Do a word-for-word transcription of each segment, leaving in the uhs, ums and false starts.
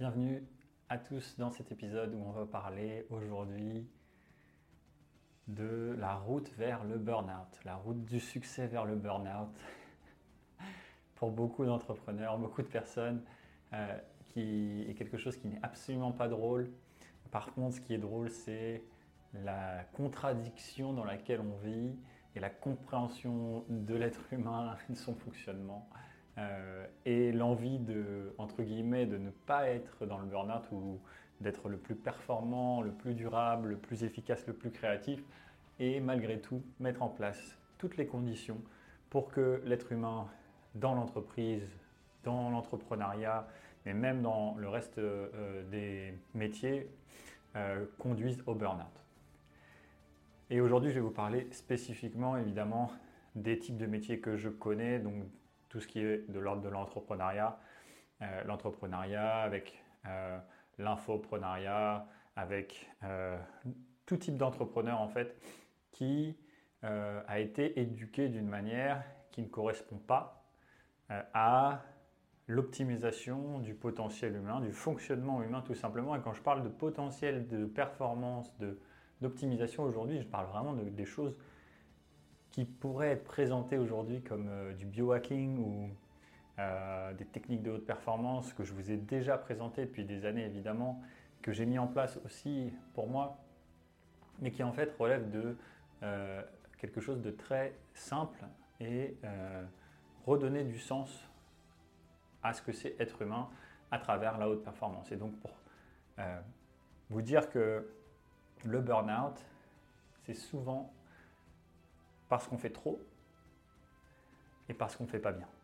Bienvenue à tous dans cet épisode où on va parler aujourd'hui de la route vers le burn-out, la route du succès vers le burn-out. Pour beaucoup d'entrepreneurs, beaucoup de personnes, euh, qui est quelque chose qui n'est absolument pas drôle. Par contre, ce qui est drôle, c'est la contradiction dans laquelle on vit et la compréhension de l'être humain, de son fonctionnement. Euh, et l'envie de, entre guillemets, de ne pas être dans le burn-out ou d'être le plus performant, le plus durable, le plus efficace, le plus créatif et malgré tout mettre en place toutes les conditions pour que l'être humain dans l'entreprise, dans l'entrepreneuriat, mais même dans le reste euh, des métiers, euh, conduise au burn-out. Et aujourd'hui, je vais vous parler spécifiquement, évidemment, des types de métiers que je connais, donc tout ce qui est de l'ordre de l'entrepreneuriat, euh, l'entrepreneuriat avec euh, l'infoprenariat, avec euh, tout type d'entrepreneur en fait qui euh, a été éduqué d'une manière qui ne correspond pas euh, à l'optimisation du potentiel humain, du fonctionnement humain tout simplement. Et quand je parle de potentiel, de performance, de, d'optimisation aujourd'hui, je parle vraiment de, des choses qui pourraient être présentées aujourd'hui comme euh, du biohacking ou euh, des techniques de haute performance que je vous ai déjà présentées depuis des années évidemment, que j'ai mis en place aussi pour moi, mais qui en fait relèvent de euh, quelque chose de très simple et euh, redonner du sens à ce que c'est être humain à travers la haute performance. Et donc pour euh, vous dire que le burn-out, c'est souvent parce qu'on fait trop et parce qu'on ne fait pas bien.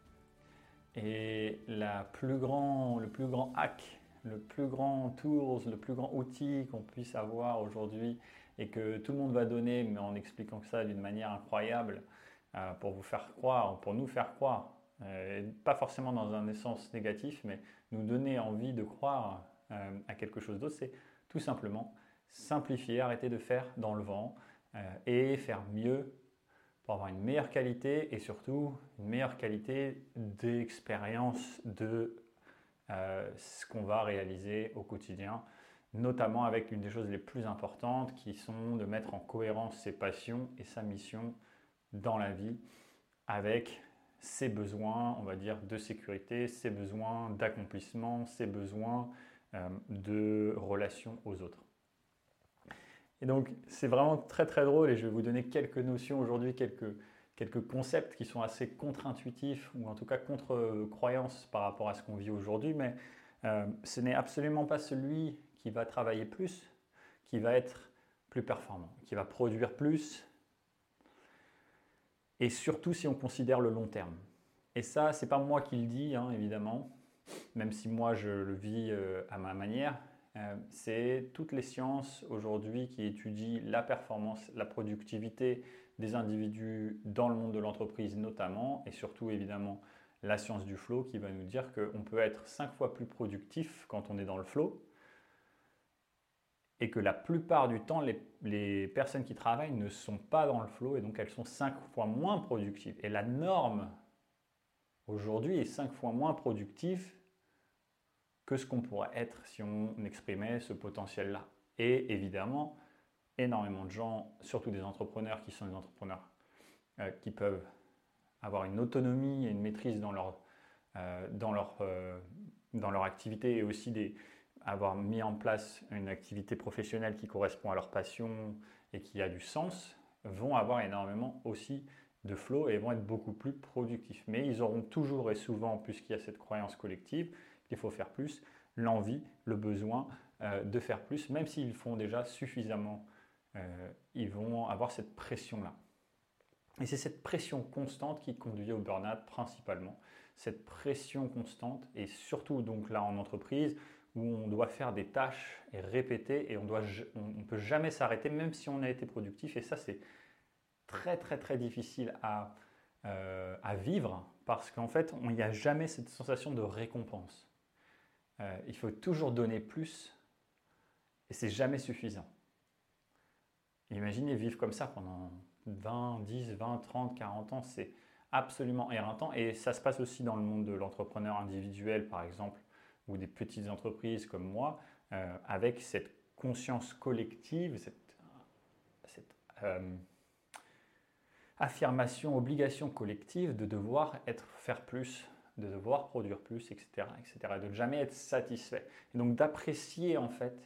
Et la plus grand, le plus grand hack, le plus grand tools, le plus grand outil qu'on puisse avoir aujourd'hui et que tout le monde va donner, mais en expliquant ça d'une manière incroyable euh, pour vous faire croire, pour nous faire croire, euh, pas forcément dans un sens négatif, mais nous donner envie de croire euh, à quelque chose d'autre, c'est tout simplement simplifier, arrêter de faire dans le vent euh, et faire mieux pour avoir une meilleure qualité et surtout une meilleure qualité d'expérience de euh, ce qu'on va réaliser au quotidien, notamment avec l'une des choses les plus importantes qui sont de mettre en cohérence ses passions et sa mission dans la vie avec ses besoins, on va dire, de sécurité, ses besoins d'accomplissement, ses besoins euh, de relation aux autres. Et donc, c'est vraiment très très drôle et je vais vous donner quelques notions aujourd'hui, quelques, quelques concepts qui sont assez contre-intuitifs ou en tout cas contre-croyances par rapport à ce qu'on vit aujourd'hui, mais euh, ce n'est absolument pas celui qui va travailler plus, qui va être plus performant, qui va produire plus et surtout si on considère le long terme. Et ça, c'est pas moi qui le dis, hein, évidemment, même si moi je le vis euh, à ma manière. Euh, c'est toutes les sciences aujourd'hui qui étudient la performance, la productivité des individus dans le monde de l'entreprise notamment, et surtout évidemment la science du flow qui va nous dire qu'on peut être cinq fois plus productif quand on est dans le flow, et que la plupart du temps, les, les personnes qui travaillent ne sont pas dans le flow, et donc elles sont cinq fois moins productives. Et la norme aujourd'hui est cinq fois moins productive que ce qu'on pourrait être si on exprimait ce potentiel-là. Et évidemment, énormément de gens, surtout des entrepreneurs qui sont des entrepreneurs euh, qui peuvent avoir une autonomie et une maîtrise dans leur, euh, dans leur, euh, dans leur activité et aussi des, avoir mis en place une activité professionnelle qui correspond à leur passion et qui a du sens, vont avoir énormément aussi de flow et vont être beaucoup plus productifs. Mais ils auront toujours et souvent, puisqu'il y a cette croyance collective, qu'il faut faire plus, l'envie, le besoin euh, de faire plus, même s'ils font déjà suffisamment, euh, ils vont avoir cette pression-là. Et c'est cette pression constante qui conduit au burn-out principalement. Cette pression constante, et surtout donc là en entreprise, où on doit faire des tâches et répéter, et on ne peut jamais s'arrêter, même si on a été productif. Et ça, c'est très très très difficile à, euh, à vivre, parce qu'en fait, il n'y a jamais cette sensation de récompense. Euh, il faut toujours donner plus et c'est jamais suffisant. Imaginez vivre comme ça pendant vingt, dix, vingt, trente, quarante ans, c'est absolument éreintant et ça se passe aussi dans le monde de l'entrepreneur individuel par exemple, ou des petites entreprises comme moi, euh, avec cette conscience collective, cette, cette euh, affirmation, obligation collective de devoir être, faire plus, de devoir produire plus, et cetera, et cetera, de ne jamais être satisfait. Et donc d'apprécier en fait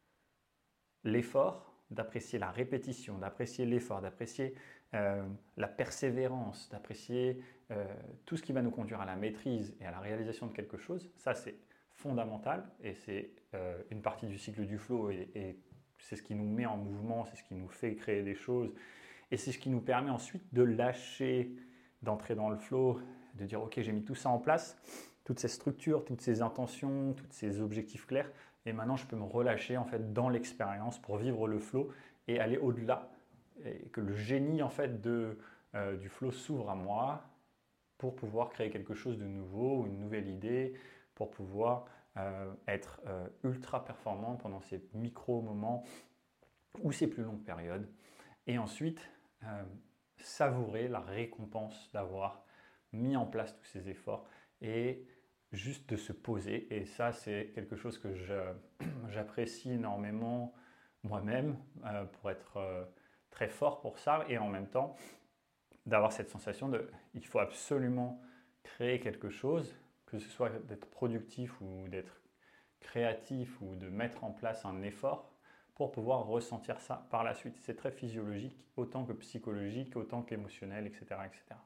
l'effort, d'apprécier la répétition, d'apprécier l'effort, d'apprécier euh, la persévérance, d'apprécier euh, tout ce qui va nous conduire à la maîtrise et à la réalisation de quelque chose. Ça, c'est fondamental et c'est euh, une partie du cycle du flow et, et c'est ce qui nous met en mouvement, c'est ce qui nous fait créer des choses et c'est ce qui nous permet ensuite de lâcher, d'entrer dans le flow, de dire ok, j'ai mis tout ça en place, toutes ces structures, toutes ces intentions, tous ces objectifs clairs. Et maintenant, je peux me relâcher en fait dans l'expérience pour vivre le flow et aller au-delà. Et que le génie en fait de, euh, du flow s'ouvre à moi pour pouvoir créer quelque chose de nouveau, une nouvelle idée, pour pouvoir euh, être euh, ultra performant pendant ces micro-moments ou ces plus longues périodes. Et ensuite, euh, savourer la récompense d'avoir mis en place tous ces efforts et juste de se poser. Et ça, c'est quelque chose que j'apprécie énormément moi-même euh, pour être euh, très fort pour ça. Et en même temps, d'avoir cette sensation de il faut absolument créer quelque chose, que ce soit d'être productif ou d'être créatif ou de mettre en place un effort pour pouvoir ressentir ça par la suite. C'est très physiologique, autant que psychologique, autant qu'émotionnel, et cetera, et cetera.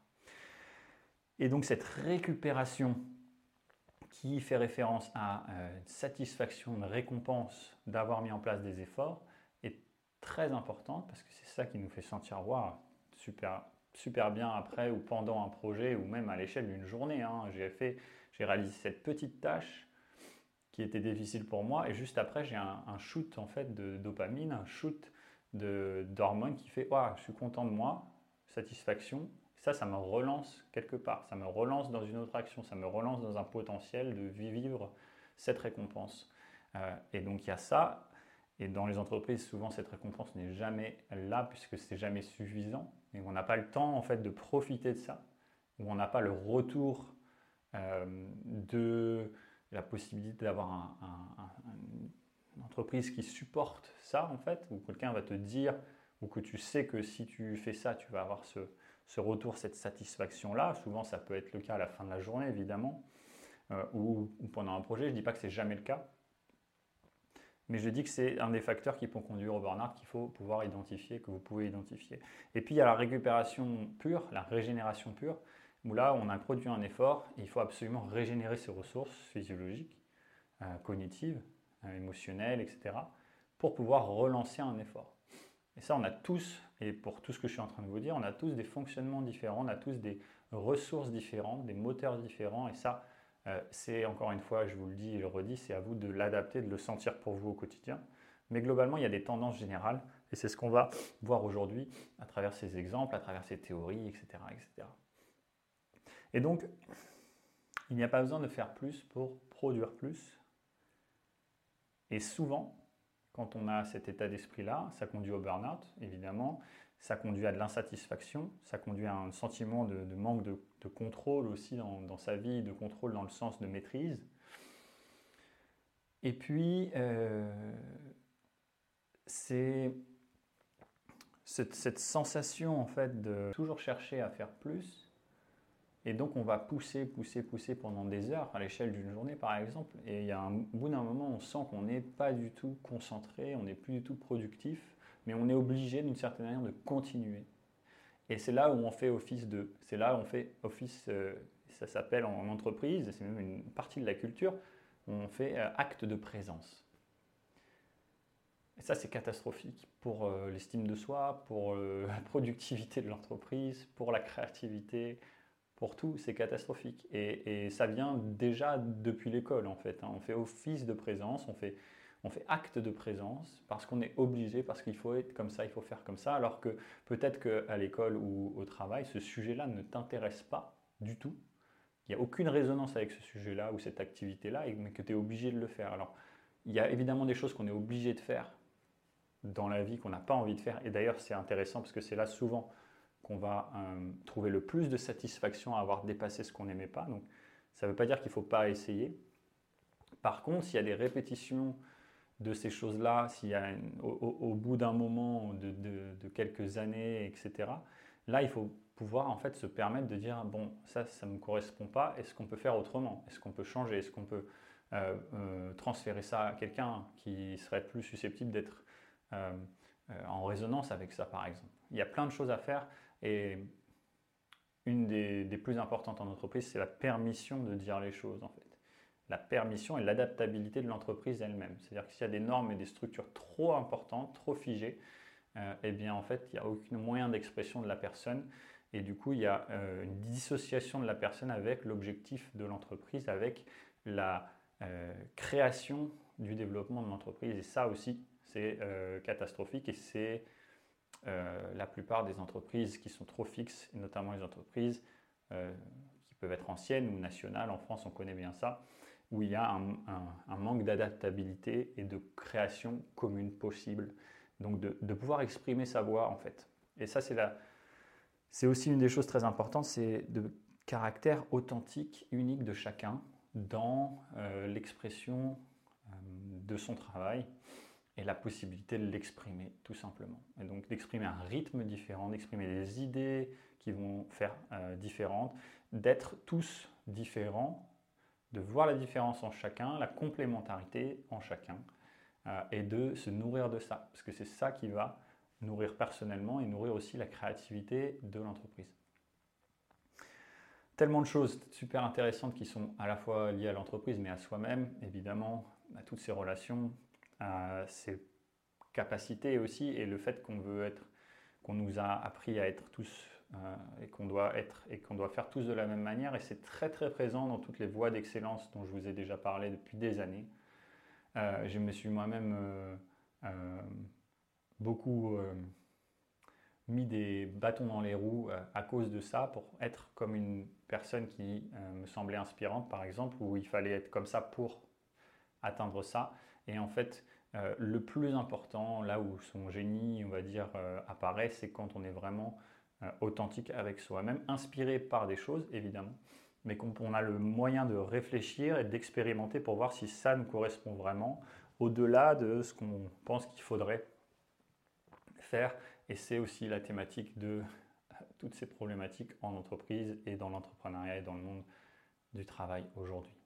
Et donc cette récupération qui fait référence à euh, une satisfaction, une récompense d'avoir mis en place des efforts est très importante parce que c'est ça qui nous fait sentir wow, super, super bien après ou pendant un projet ou même à l'échelle d'une journée. Hein. J'ai fait, j'ai réalisé cette petite tâche qui était difficile pour moi et juste après j'ai un, un shoot en fait de dopamine, un shoot de, d'hormones qui fait wow, je suis content de moi, satisfaction. Ça, ça me relance quelque part, ça me relance dans une autre action, ça me relance dans un potentiel de vivre cette récompense. Euh, et donc il y a ça, et dans les entreprises, souvent cette récompense n'est jamais là puisque c'est jamais suffisant, et on n'a pas le temps en fait de profiter de ça, ou on n'a pas le retour euh, de la possibilité d'avoir un, un, un, une entreprise qui supporte ça en fait, où quelqu'un va te dire, ou que tu sais que si tu fais ça, tu vas avoir ce ce retour, cette satisfaction-là. Souvent, ça peut être le cas à la fin de la journée, évidemment, euh, ou, ou pendant un projet. Je ne dis pas que c'est jamais le cas, mais je dis que c'est un des facteurs qui peut conduire au burn-out qu'il faut pouvoir identifier, que vous pouvez identifier. Et puis, il y a la récupération pure, la régénération pure, où là, on a produit un effort et il faut absolument régénérer ses ressources physiologiques, euh, cognitives, euh, émotionnelles, et cetera, pour pouvoir relancer un effort. Et ça, on a tous, et pour tout ce que je suis en train de vous dire, on a tous des fonctionnements différents, on a tous des ressources différentes, des moteurs différents. Et ça, euh, c'est encore une fois, je vous le dis et le redis, c'est à vous de l'adapter, de le sentir pour vous au quotidien. Mais globalement, il y a des tendances générales. Et c'est ce qu'on va voir aujourd'hui à travers ces exemples, à travers ces théories, et cetera, et cetera. Et donc, il n'y a pas besoin de faire plus pour produire plus. Et souvent, quand on a cet état d'esprit-là, ça conduit au burn-out, évidemment, ça conduit à de l'insatisfaction, ça conduit à un sentiment de, de manque de, de contrôle aussi dans, dans sa vie, de contrôle dans le sens de maîtrise. Et puis, euh, c'est cette, cette sensation en fait de toujours chercher à faire plus. Et donc, on va pousser, pousser, pousser pendant des heures, à l'échelle d'une journée par exemple. Et il y a un au bout d'un moment, on sent qu'on n'est pas du tout concentré, on n'est plus du tout productif, mais on est obligé d'une certaine manière de continuer. Et c'est là où on fait office de, c'est là où on fait office, euh, ça s'appelle en entreprise, c'est même une partie de la culture, on fait euh, acte de présence. Et ça, c'est catastrophique pour euh, l'estime de soi, pour euh, la productivité de l'entreprise, pour la créativité. Pour tout, c'est catastrophique. Et, et ça vient déjà depuis l'école, en fait. Hein. On fait office de présence, on fait, on fait acte de présence parce qu'on est obligé, parce qu'il faut être comme ça, il faut faire comme ça, alors que peut-être qu'à l'école ou au travail, ce sujet-là ne t'intéresse pas du tout. Il n'y a aucune résonance avec ce sujet-là ou cette activité-là, mais que tu es obligé de le faire. Alors, il y a évidemment des choses qu'on est obligé de faire dans la vie qu'on n'a pas envie de faire. Et d'ailleurs, c'est intéressant parce que c'est là souvent qu'on va euh, trouver le plus de satisfaction à avoir dépassé ce qu'on n'aimait pas. Donc, ça ne veut pas dire qu'il ne faut pas essayer. Par contre, s'il y a des répétitions de ces choses-là, s'il y a une, au, au, bout d'un moment, de, de, de quelques années, et cetera, là, il faut pouvoir en fait se permettre de dire bon, ça, ça ne me correspond pas, est-ce qu'on peut faire autrement? Est-ce qu'on peut changer? Est-ce qu'on peut euh, euh, transférer ça à quelqu'un qui serait plus susceptible d'être euh, euh, en résonance avec ça, par exemple? Il y a plein de choses à faire et une des, des plus importantes en entreprise, c'est la permission de dire les choses en fait. La permission et l'adaptabilité de l'entreprise elle-même. C'est-à-dire que s'il y a des normes et des structures trop importantes, trop figées, euh, eh bien en fait, il n'y a aucun moyen d'expression de la personne. Et du coup, il y a euh, une dissociation de la personne avec l'objectif de l'entreprise, avec la euh, création du développement de l'entreprise. Et ça aussi, c'est euh, catastrophique et c'est euh, la plupart des entreprises qui sont trop fixes, et notamment les entreprises euh, qui peuvent être anciennes ou nationales. En France, on connaît bien ça, où il y a un, un, un manque d'adaptabilité et de création commune possible. Donc de, de pouvoir exprimer sa voix en fait. Et ça, c'est la... C'est aussi une des choses très importantes, c'est de caractère authentique, unique de chacun dans euh, l'expression euh, de son travail et la possibilité de l'exprimer tout simplement. Et donc d'exprimer un rythme différent, d'exprimer des idées qui vont faire euh, différentes, d'être tous différents, de voir la différence en chacun, la complémentarité en chacun euh, et de se nourrir de ça, parce que c'est ça qui va nourrir personnellement et nourrir aussi la créativité de l'entreprise. Tellement de choses super intéressantes qui sont à la fois liées à l'entreprise mais à soi-même, évidemment, à toutes ces relations, à ses capacités aussi et le fait qu'on veut être, qu'on nous a appris à être tous euh, et qu'on doit être et qu'on doit faire tous de la même manière et c'est très très présent dans toutes les voies d'excellence dont je vous ai déjà parlé depuis des années. Euh, je me suis moi-même euh, euh, beaucoup euh, mis des bâtons dans les roues euh, à cause de ça pour être comme une personne qui euh, me semblait inspirante par exemple où il fallait être comme ça pour atteindre ça et en fait euh, le plus important là où son génie on va dire euh, apparaît c'est quand on est vraiment euh, authentique avec soi, même inspiré par des choses évidemment mais quand on a le moyen de réfléchir et d'expérimenter pour voir si ça nous correspond vraiment au-delà de ce qu'on pense qu'il faudrait faire. Et c'est aussi la thématique de toutes ces problématiques en entreprise et dans l'entrepreneuriat et dans le monde du travail aujourd'hui.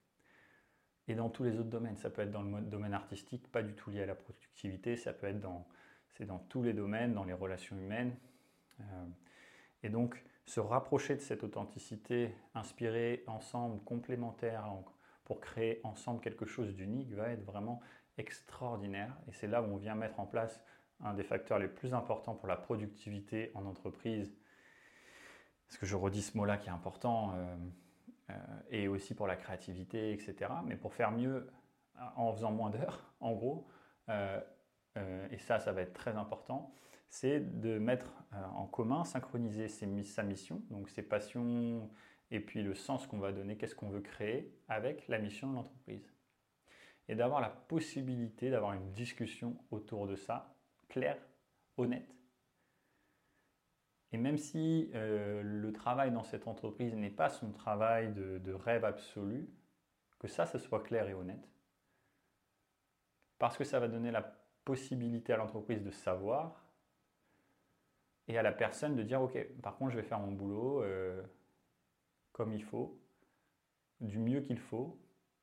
Et dans tous les autres domaines, ça peut être dans le domaine artistique, pas du tout lié à la productivité, ça peut être dans, c'est dans tous les domaines, dans les relations humaines. Euh, et donc, se rapprocher de cette authenticité, inspirer ensemble, complémentaire, pour créer ensemble quelque chose d'unique, va être vraiment extraordinaire. Et c'est là où on vient mettre en place un des facteurs les plus importants pour la productivité en entreprise. Parce que je redis ce mot-là qui est important, euh, euh, et aussi pour la créativité, et cetera. Mais pour faire mieux en faisant moins d'heures, en gros, euh, euh, et ça, ça va être très important, c'est de mettre euh, en commun, synchroniser ses, sa mission, donc ses passions et puis le sens qu'on va donner, qu'est-ce qu'on veut créer avec la mission de l'entreprise. Et d'avoir la possibilité d'avoir une discussion autour de ça, claire, honnête. Et même si euh, le travail dans cette entreprise n'est pas son travail de, de rêve absolu, que ça, ça soit clair et honnête, parce que ça va donner la possibilité à l'entreprise de savoir et à la personne de dire ok, par contre je vais faire mon boulot euh, comme il faut, du mieux qu'il faut,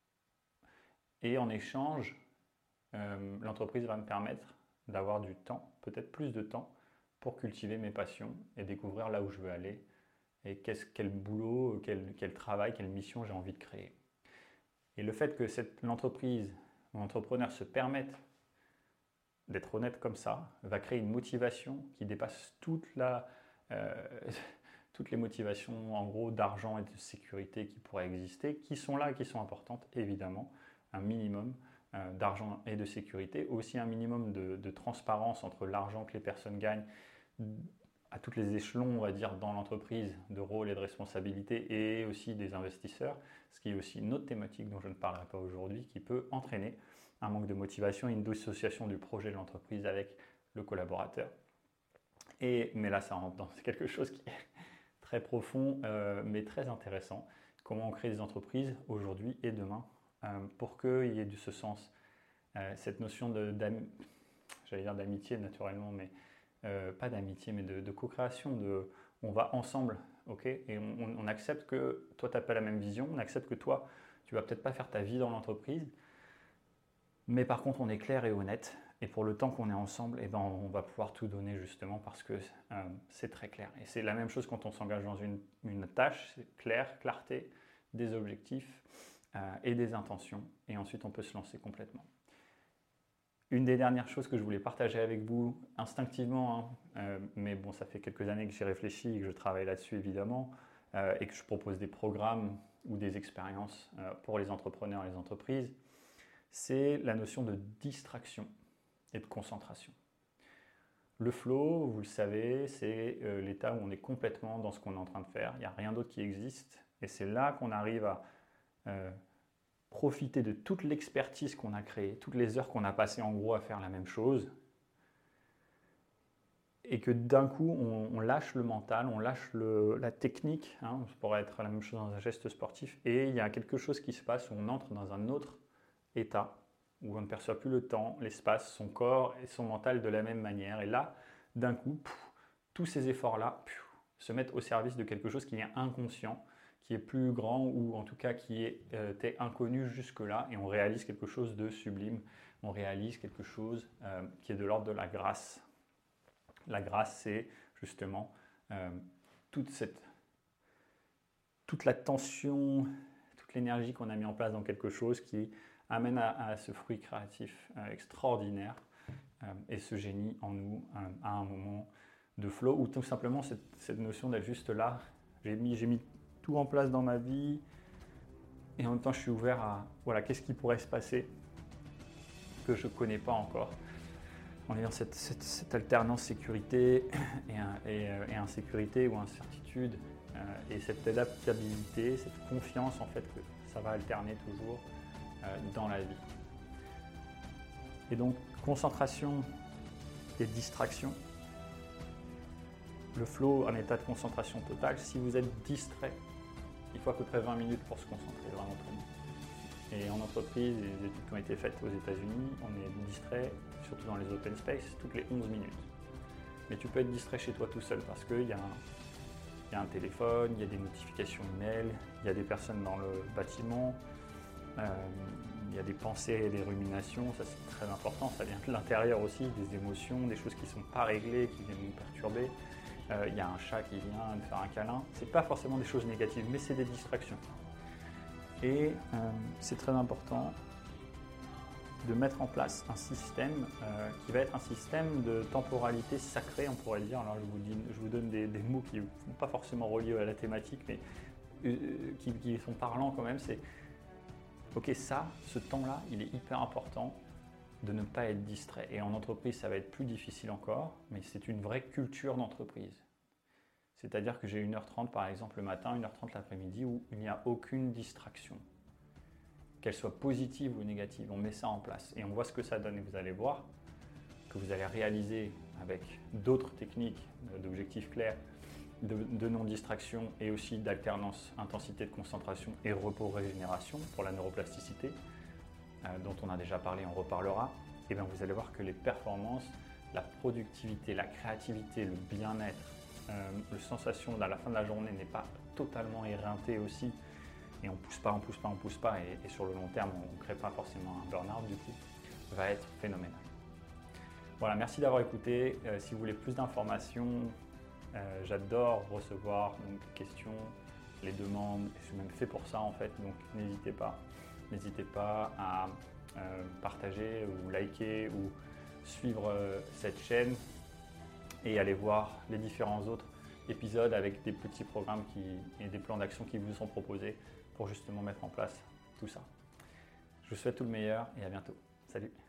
et en échange, euh, l'entreprise va me permettre d'avoir du temps, peut-être plus de temps, pour cultiver mes passions et découvrir là où je veux aller et quel boulot, quel, quel travail, quelle mission j'ai envie de créer. Et le fait que cette, l'entreprise, l'entrepreneur se permette d'être honnête comme ça, va créer une motivation qui dépasse toute la, euh, toutes les motivations en gros d'argent et de sécurité qui pourraient exister, qui sont là, qui sont importantes évidemment, un minimum euh, d'argent et de sécurité, aussi un minimum de, de transparence entre l'argent que les personnes gagnent à tous les échelons, on va dire, dans l'entreprise, de rôle et de responsabilité, et aussi des investisseurs, ce qui est aussi une autre thématique dont je ne parlerai pas aujourd'hui, qui peut entraîner un manque de motivation et une dissociation du projet de l'entreprise avec le collaborateur. Et, mais là, ça rentre dans quelque chose qui est très profond, euh, mais très intéressant. Comment on crée des entreprises aujourd'hui et demain euh, pour qu'il y ait de ce sens, euh, cette notion de, d'am- j'allais dire d'amitié naturellement, mais euh, pas d'amitié, mais de, de co-création, de on va ensemble, ok, et on, on accepte que toi tu n'as pas la même vision, on accepte que toi tu vas peut-être pas faire ta vie dans l'entreprise, mais par contre on est clair et honnête, et pour le temps qu'on est ensemble, eh ben, on va pouvoir tout donner justement parce que euh, c'est très clair. Et c'est la même chose quand on s'engage dans une, une tâche, c'est clair, clarté, des objectifs euh, et des intentions, et ensuite on peut se lancer complètement. Une des dernières choses que je voulais partager avec vous, instinctivement, hein, euh, mais bon, ça fait quelques années que j'y réfléchis et que je travaille là-dessus évidemment, euh, et que je propose des programmes ou des expériences euh, pour les entrepreneurs et les entreprises, c'est la notion de distraction et de concentration. Le flow, vous le savez, c'est euh, l'état où on est complètement dans ce qu'on est en train de faire, il n'y a rien d'autre qui existe, et c'est là qu'on arrive à euh, profiter de toute l'expertise qu'on a créée, toutes les heures qu'on a passées en gros à faire la même chose, et que d'un coup on, on lâche le mental, on lâche le, la technique, hein, ça pourrait être la même chose dans un geste sportif, et il y a quelque chose qui se passe où on entre dans un autre état, où on ne perçoit plus le temps, l'espace, son corps et son mental de la même manière, et là, d'un coup, pff, tous ces efforts-là pff, se mettent au service de quelque chose qui est inconscient, qui est plus grand ou en tout cas qui était inconnu jusque-là, et on réalise quelque chose de sublime, on réalise quelque chose euh, qui est de l'ordre de la grâce. La grâce, c'est justement euh, toute, cette, toute la tension, toute l'énergie qu'on a mis en place dans quelque chose qui amène à, à ce fruit créatif euh, extraordinaire euh, et ce génie en nous euh, à un moment de flow, ou tout simplement cette, cette notion d'être juste là. J'ai mis, j'ai mis tout en place dans ma vie et en même temps je suis ouvert à voilà, qu'est-ce qui pourrait se passer que je ne connais pas encore, en ayant cette, cette, cette alternance sécurité et, et, et insécurité ou incertitude euh, et cette adaptabilité, cette confiance en fait que ça va alterner toujours euh, dans la vie. Et donc concentration et distraction. Le flow en état de concentration totale, si vous êtes distrait, il faut à peu près vingt minutes pour se concentrer vraiment tout le monde. Et en entreprise, les études qui ont été faites aux États-Unis, on est distrait, surtout dans les open space, toutes les onze minutes. Mais tu peux être distrait chez toi tout seul parce qu'il y, y a un téléphone, il y a des notifications email, il y a des personnes dans le bâtiment, euh, il y a des pensées et des ruminations, ça c'est très important, ça vient de l'intérieur aussi, des émotions, des choses qui ne sont pas réglées, qui viennent nous perturber. Euh, il y a un chat qui vient me faire un câlin. Ce n'est pas forcément des choses négatives, mais c'est des distractions. Et euh, c'est très important de mettre en place un système euh, qui va être un système de temporalité sacrée, on pourrait le dire. Alors je vous, dis, je vous donne des, des mots qui ne sont pas forcément reliés à la thématique, mais euh, qui, qui sont parlants quand même. C'est ok, ça, ce temps-là, il est hyper important de ne pas être distrait. Et en entreprise, ça va être plus difficile encore, mais c'est une vraie culture d'entreprise. C'est-à-dire que j'ai une heure trente par exemple le matin, une heure trente l'après-midi où il n'y a aucune distraction. Qu'elle soit positive ou négative, on met ça en place et on voit ce que ça donne. Et vous allez voir que vous allez réaliser avec d'autres techniques d'objectifs clairs, de, de non-distraction et aussi d'alternance, intensité de concentration et repos-régénération pour la neuroplasticité, euh, dont on a déjà parlé, on reparlera, et bien vous allez voir que les performances, la productivité, la créativité, le bien-être, euh, la sensation à la fin de la journée n'est pas totalement éreintée aussi, et on pousse pas, on pousse pas, on pousse pas, et, et sur le long terme, on ne crée pas forcément un burn-out du coup, va être phénoménal. Voilà, merci d'avoir écouté. Euh, si vous voulez plus d'informations, euh, j'adore recevoir donc, les questions, les demandes, je suis même fait pour ça en fait, donc n'hésitez pas. N'hésitez pas à euh, partager ou liker ou suivre euh, cette chaîne et aller voir les différents autres épisodes avec des petits programmes qui, et des plans d'action qui vous sont proposés pour justement mettre en place tout ça. Je vous souhaite tout le meilleur et à bientôt. Salut!